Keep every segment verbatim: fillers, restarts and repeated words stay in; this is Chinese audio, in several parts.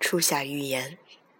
初夏寓言。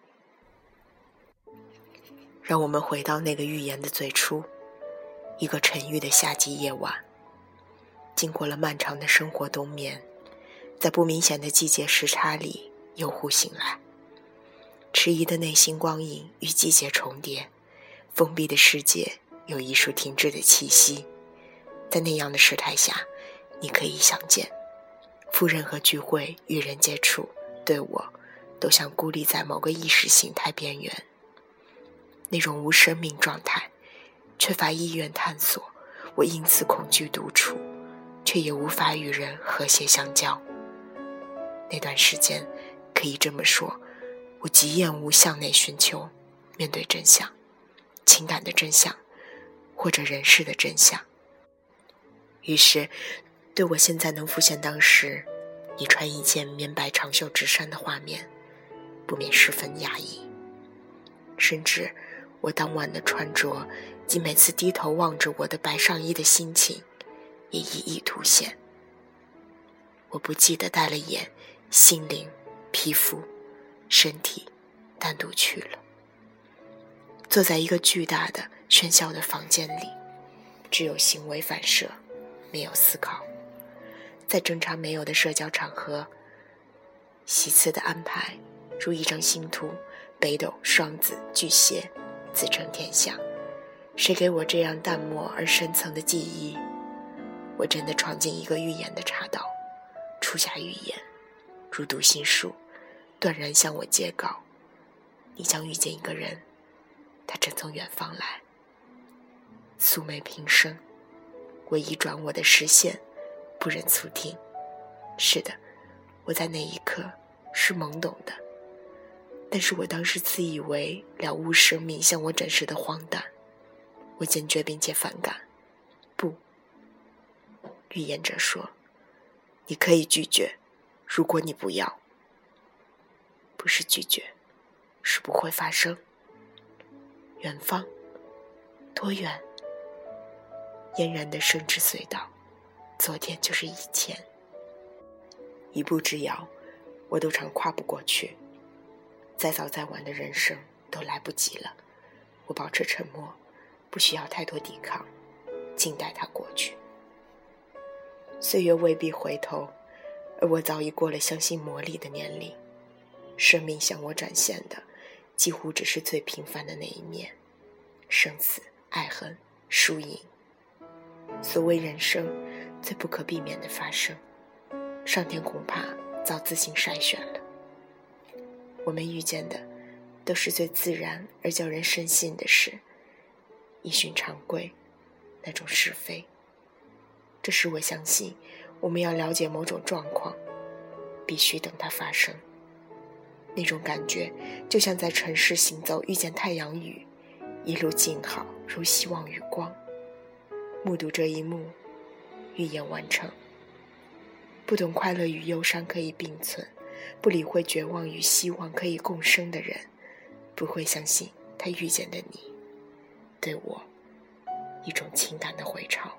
让我们回到那个寓言的最初，一个沉郁的夏季夜晚，经过了漫长的生活冬眠，在不明显的季节时差里又忽醒来，迟疑的内心光影与季节重叠，封闭的世界有一束停滞的气息。在那样的时态下，你可以想见，赴任何聚会与人接触，对我都像孤立在某个意识形态边缘，那种无生命状态，缺乏意愿探索，我因此恐惧独处，却也无法与人和谐相交。那段时间，可以这么说，我极厌恶向内寻求，面对真相，情感的真相，或者人事的真相。于是，对我现在能浮现当时你穿一件棉白长袖直衫的画面，不免十分压抑。甚至我当晚的穿着及每次低头望着我的白上衣的心情也一一凸显。我不记得带了眼、心灵、皮肤、身体单独去了，坐在一个巨大的喧嚣的房间里，只有行为反射，没有思考。在正常没有的社交场合，席次的安排如一张星图，北斗、双子、巨蟹自称天下。谁给我这样淡漠而深层的记忆？我真的闯进一个寓言的岔道，初夏寓言，如读心术，断然向我揭告，你将遇见一个人，他正从远方来。素昧平生，我移转我的视线，不忍促听。是的，我在那一刻是懵懂的，但是我当时自以为了悟生命向我展示的荒诞，我坚决并且反感。不，预言者说，你可以拒绝，如果你不要。不是拒绝，是不会发生。远方，多远？嫣然的生之隧道，昨天就是以前。一步之遥，我都常跨不过去。再早再晚的人生都来不及了。我保持沉默，不需要太多抵抗，静待它过去。岁月未必回头，而我早已过了相信魔力的年龄。生命向我展现的，几乎只是最平凡的那一面，生死、爱恨、输赢。所谓人生，最不可避免的发生，上天恐怕早自行筛选了。我们遇见的都是最自然而叫人深信的事，依循常规，那种是非。这使我相信，我们要了解某种状况，必须等它发生。那种感觉就像在城市行走遇见太阳雨，一路静好如希望与光。目睹这一幕，预言完成。不懂快乐与忧伤可以并存，不理会绝望与希望可以共生的人，不会相信他遇见的你，对我一种情感的回潮。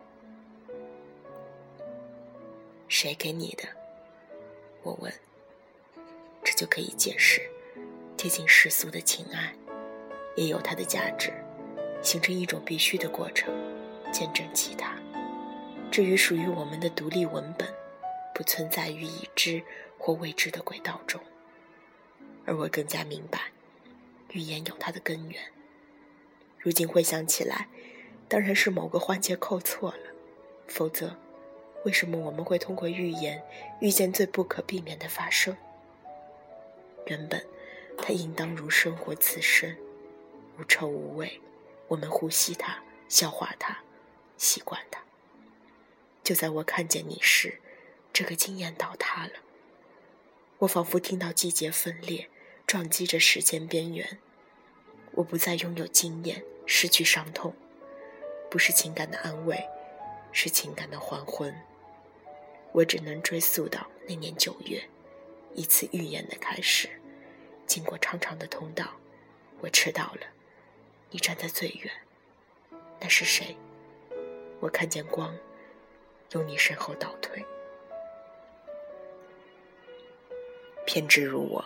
谁给你的？我问。这就可以解释，贴近世俗的情爱也有它的价值，形成一种必须的过程，见证其他。至于属于我们的独立文本，不存在于已知或未知的轨道中。而我更加明白，预言有它的根源。如今回想起来，当然是某个环节扣错了，否则为什么我们会通过预言遇见最不可避免的发生？原本它应当如生活自身，无臭无味，我们呼吸它，消化它，习惯它。就在我看见你时，这个经验倒塌了。我仿佛听到季节分裂，撞击着时间边缘。我不再拥有经验，失去伤痛，不是情感的安慰，是情感的还魂。我只能追溯到那年九月，一次预言的开始。经过长长的通道，我迟到了，你站在最远。那是谁？我看见光由你身后倒退。偏执如我，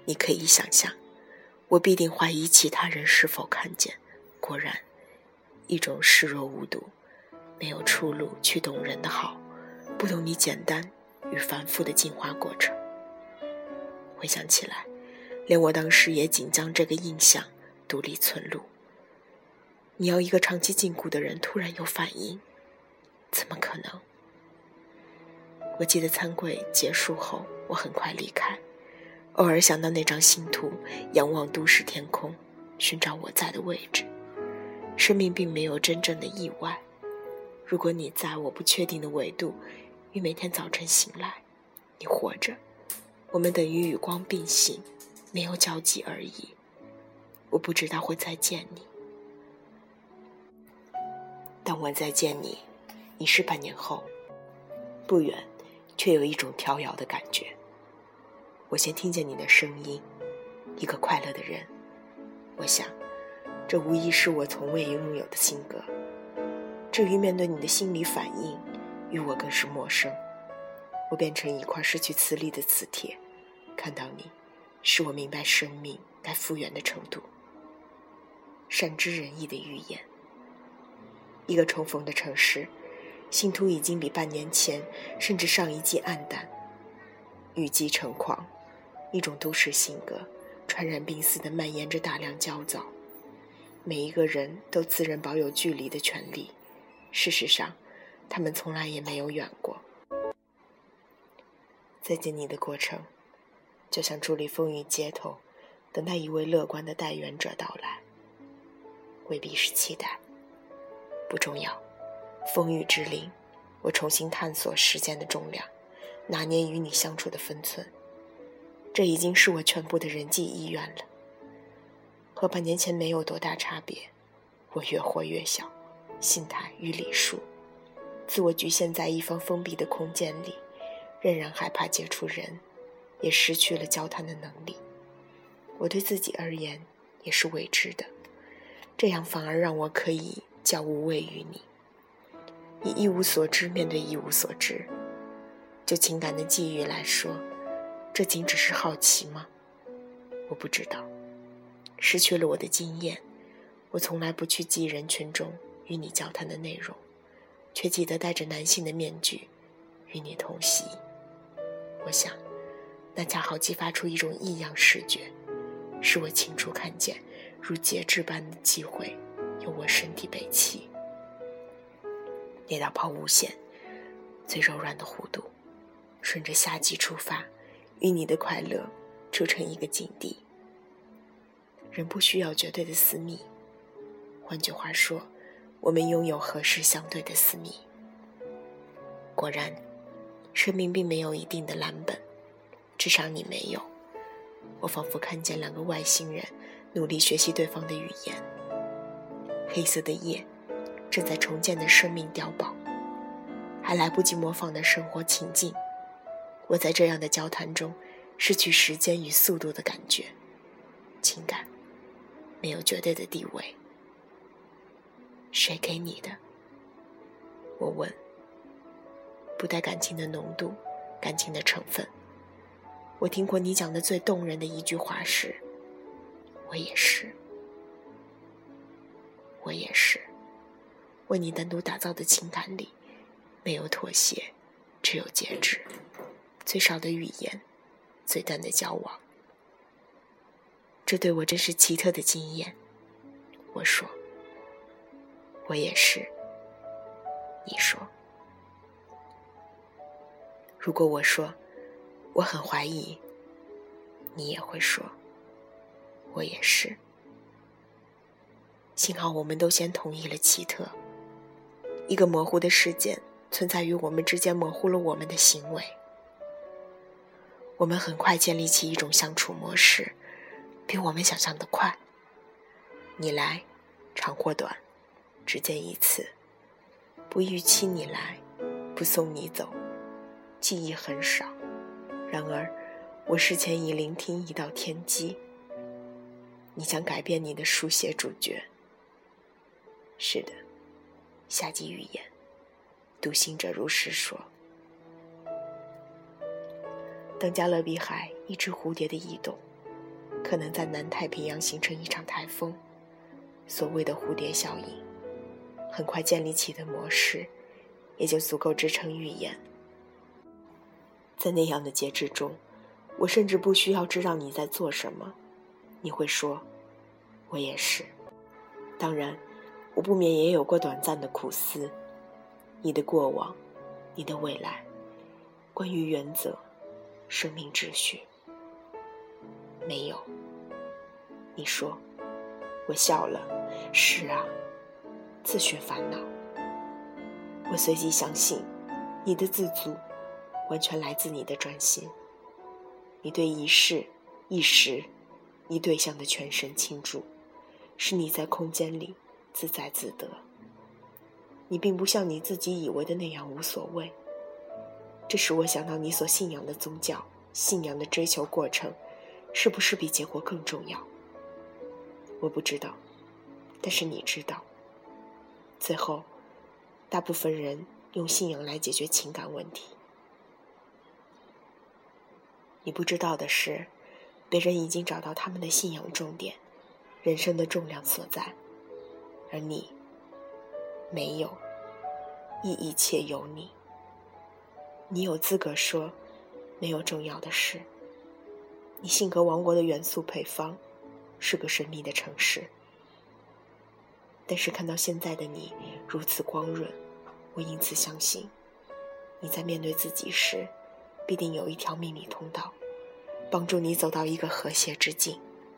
你可以想象，我必定怀疑其他人是否看见。果然，一种视若无睹、没有出路去懂人的好，不懂你简单与繁复的进化过程。回想起来，连我当时也仅将这个印象独立存录。你要一个长期禁锢的人突然有反应，怎么可能？我记得餐会结束后，我很快离开，偶尔想到那张星图，仰望都市天空，寻找我在的位置。生命并没有真正的意外，如果你在我不确定的纬度，与每天早晨醒来，你活着，我们等于与光并行，没有交集而已。我不知道会再见你，当我再见你，你是半年后，不远，却有一种飘摇的感觉。我先听见你的声音，一个快乐的人。我想，这无疑是我从未拥有的性格。至于面对你的心理反应，与我更是陌生。我变成一块失去磁力的磁铁，看到你，使我明白生命该复原的程度。善知人意的预言。一个重逢的城市，星图已经比半年前甚至上一季暗淡。雨季成狂，一种都市性格传染病似的蔓延着大量焦躁。每一个人都自认保有距离的权利，事实上他们从来也没有远过。再见你的过程，就像伫立风雨街头，等待一位乐观的带援者到来。未必是期待，不重要。风雨之灵，我重新探索时间的重量，拿捏与你相处的分寸。这已经是我全部的人际意愿了，和半年前没有多大差别。我越活越小，心态与礼数，自我局限在一方封闭的空间里，仍然害怕接触人，也失去了交谈的能力。我对自己而言也是未知的，这样反而让我可以较无畏于你。以一无所知面对一无所知，就情感的际遇来说，这仅只是好奇吗？我不知道。失去了我的经验，我从来不去记人群中与你交谈的内容，却记得戴着男性的面具与你同席。我想，那恰好激发出一种异样视觉，使我清楚看见如节制般的机会由我身体背弃。那道抛物线，最柔软的弧度，顺着夏季出发，与你的快乐铸成一个境地。人不需要绝对的私密，换句话说，我们拥有合适相对的私密。果然，生命并没有一定的蓝本，至少你没有。我仿佛看见两个外星人努力学习对方的语言。黑色的夜，正在重建的生命碉堡，还来不及模仿的生活情境。我在这样的交谈中失去时间与速度的感觉。情感没有绝对的地位。谁给你的？我问。不带感情的浓度，感情的成分。我听过你讲的最动人的一句话是，我也是。我也是。为你单独打造的情感里，没有妥协，只有节制，最少的语言，最淡的交往。这对我真是奇特的经验。我说，我也是。你说，如果我说我很怀疑，你也会说，我也是。幸好我们都先同意了奇特，一个模糊的事件存在于我们之间，模糊了我们的行为。我们很快建立起一种相处模式，比我们想象的快。你来，长或短，只见一次，不预期你来，不送你走，记忆很少。然而，我事前已聆听一道天机。你想改变你的书写主角。是的，夏季预言，独行者如实说。当加勒比海一只蝴蝶的异动， 可能在南太平洋形成一场台风，所谓的蝴蝶效应，很快建立起的模式，也就足够支撑预言。在那样的节制中，我甚至不需要知道你在做什么，你会说，我也是。当然，我不免也有过短暂的苦思，你的过往，你的未来，关于原则，生命秩序。没有。你说，我笑了，是啊，自寻烦恼。我随即相信，你的自足完全来自你的专心，你对一事一时一对象的全神倾注，是你在空间里自在自得。你并不像你自己以为的那样无所谓，这使我想到你所信仰的宗教，信仰的追求过程是不是比结果更重要？我不知道，但是你知道。最后，大部分人用信仰来解决情感问题。你不知道的是，别人已经找到他们的信仰重点，人生的重量所在，而你没有，亦一切有你。你有资格说没有重要的事。你性格王国的元素配方是个神秘的城市，但是看到现在的你如此光润，我因此相信，你在面对自己时，必定有一条秘密通道，帮助你走到一个和谐之境。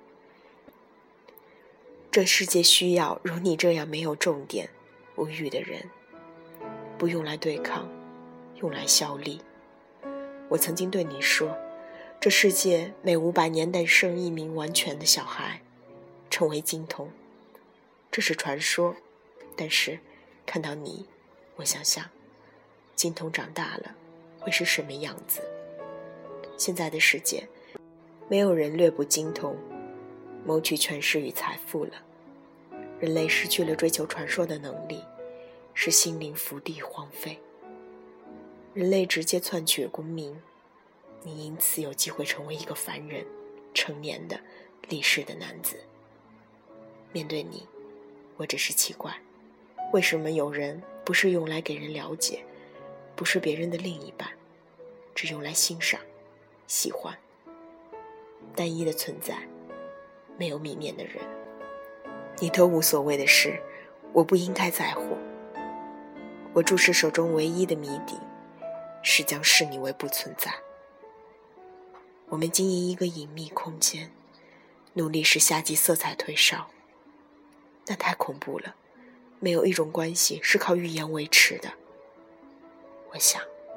这世界需要如你这样没有重点、无欲的人，不用来对抗，用来效力。我曾经对你说，这世界每五百年诞生一名完全的小孩，成为精通。这是传说，但是看到你，我想想，精通长大了会是什么样子？现在的世界，没有人略不精通，谋取权势与财富了。人类失去了追求传说的能力，使心灵伏地荒废。人类直接篡取功名，你因此有机会成为一个凡人，成年的立世的男子。面对你，我只是奇怪，为什么有人不是用来给人了解，不是别人的另一半，只用来欣赏、喜欢。单一的存在，没有泯灭的人。你都无所谓的事，我不应该在乎。我注视手中唯一的谜底，是将视你为不存在。我们经营一个隐秘空间，努力使夏季色彩退烧，那太恐怖了。没有一种关系是靠语言维持的。我想，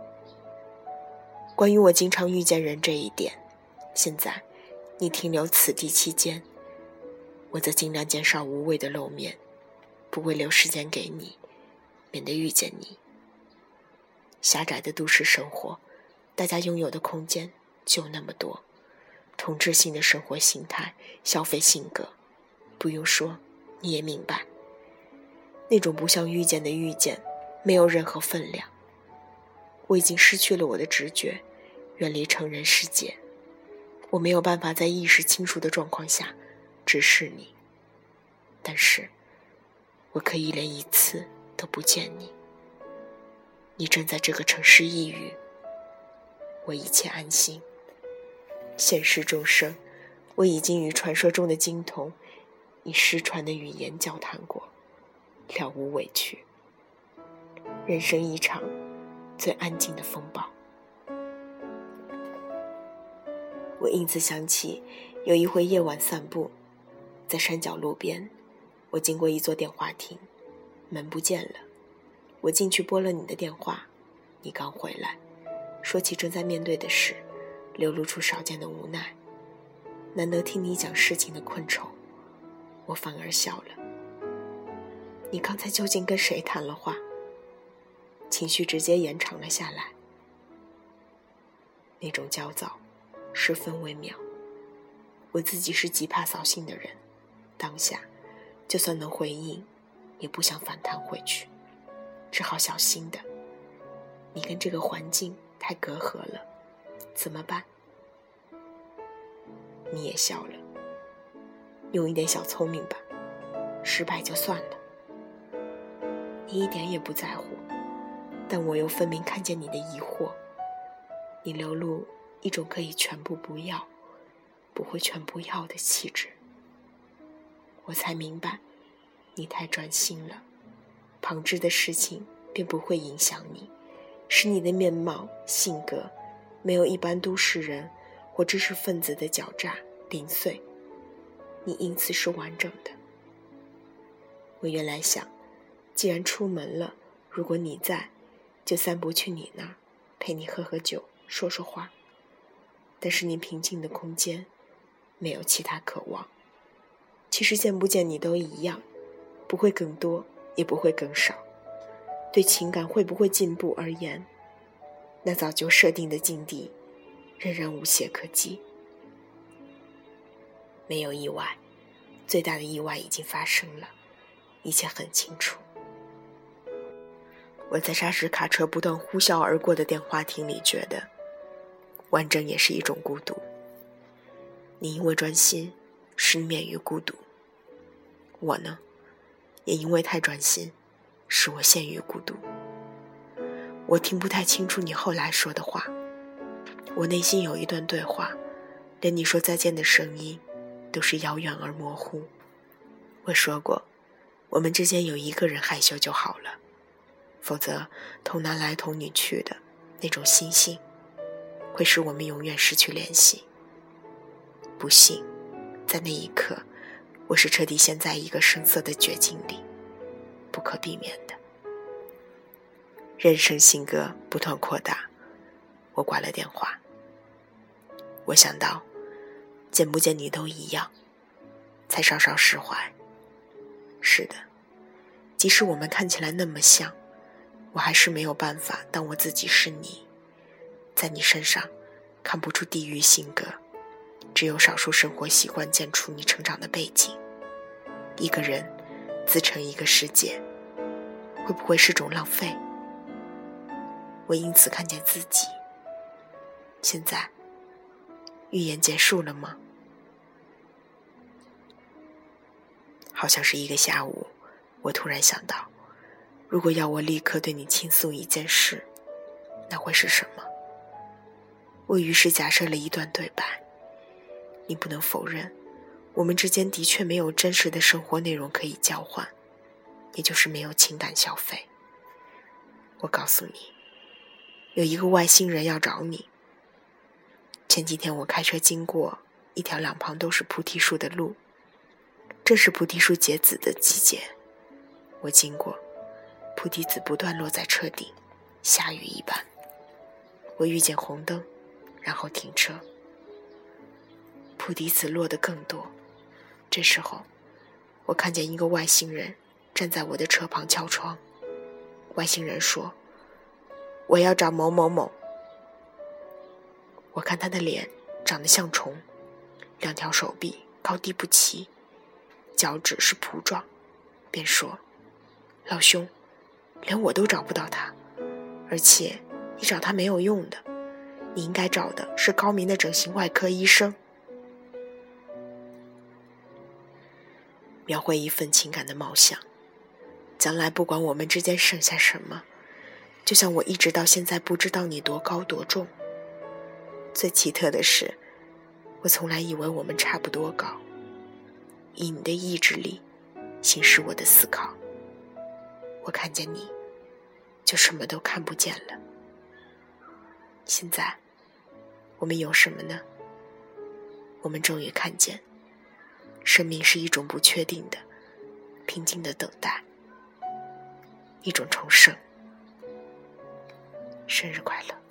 关于我经常遇见人这一点，现在你停留此地期间，我则尽量减少无谓的露面，不会留时间给你，免得遇见你。狭窄的都市生活，大家拥有的空间就那么多，同质性的生活形态，消费性格，不用说，你也明白。那种不像遇见的遇见，没有任何分量。我已经失去了我的直觉，远离成人世界。我没有办法在意识清楚的状况下直视你，但是我可以连一次都不见你。你正在这个城市抑郁，我一切安心。现实众生，我已经与传说中的精童以失传的语言交谈过，了无委屈。人生一场最安静的风暴。我因此想起有一回夜晚散步，在山脚路边，我经过一座电话亭，门不见了。我进去拨了你的电话，你刚回来，说起正在面对的事，流露出少见的无奈。难得听你讲事情的困愁，我反而笑了。你刚才究竟跟谁谈了话？情绪直接延长了下来。那种焦躁十分微妙。我自己是极怕扫兴的人，当下就算能回应，也不想反弹回去，只好小心的。你跟这个环境太隔阂了，怎么办？你也笑了。 用一点小聪明吧，失败就算了。你一点也不在乎，但我又分明看见你的疑惑。你流露一种可以全部不要，不会全部要的气质。我才明白，你太专心了，旁支的事情便不会影响你，使你的面貌、性格没有一般都市人或知识分子的狡诈零碎，你因此是完整的。我原来想，既然出门了，如果你在，就散步去你那儿，陪你喝喝酒，说说话。但是你平静的空间，没有其他渴望。其实见不见你都一样，不会更多，也不会更少。对情感会不会进步而言，那早就设定的境地，仍然无懈可击。没有意外，最大的意外已经发生了，一切很清楚。我在砂石卡车不断呼啸而过的电话亭里觉得，完整也是一种孤独。你因为专心，失免于孤独。我呢，也因为太专心，使我陷于孤独。我听不太清楚你后来说的话，我内心有一段对话，连你说再见的声音都是遥远而模糊。我说过，我们之间有一个人害羞就好了，否则同男来同女去的那种心性，会使我们永远失去联系。不幸，在那一刻，我是彻底陷在一个深色的绝境里，不可避免的。人生性格不断扩大，我挂了电话。我想到，见不见你都一样，才稍稍释怀。是的，即使我们看起来那么像，我还是没有办法当我自己是你。在你身上看不出地域性格，只有少数生活习惯见出你成长的背景。一个人自成一个世界，会不会是种浪费？我因此看见自己。现在预言结束了吗？好像是一个下午，我突然想到，如果要我立刻对你倾诉一件事，那会是什么？我于是假设了一段对白。你不能否认，我们之间的确没有真实的生活内容可以交换，也就是没有情感消费。我告诉你，有一个外星人要找你。前几天我开车经过一条两旁都是菩提树的路，这是菩提树结籽的季节。我经过，菩提子不断落在车顶，下雨一般。我遇见红灯，然后停车。菩提子落得更多。这时候，我看见一个外星人站在我的车旁敲窗。外星人说：“我要找某某某。”我看他的脸长得像虫，两条手臂高低不齐，脚趾是蹼状，便说：“老兄，连我都找不到他，而且你找他没有用的，你应该找的是高明的整形外科医生。”描绘一份情感的貌相，将来不管我们之间剩下什么，就像我一直到现在不知道你多高多重。最奇特的是，我从来以为我们差不多高，以你的意志力行使我的思考，我看见你就什么都看不见了。现在我们有什么呢？我们终于看见，生命是一种不确定的平静的等待，一种重生。生日快乐。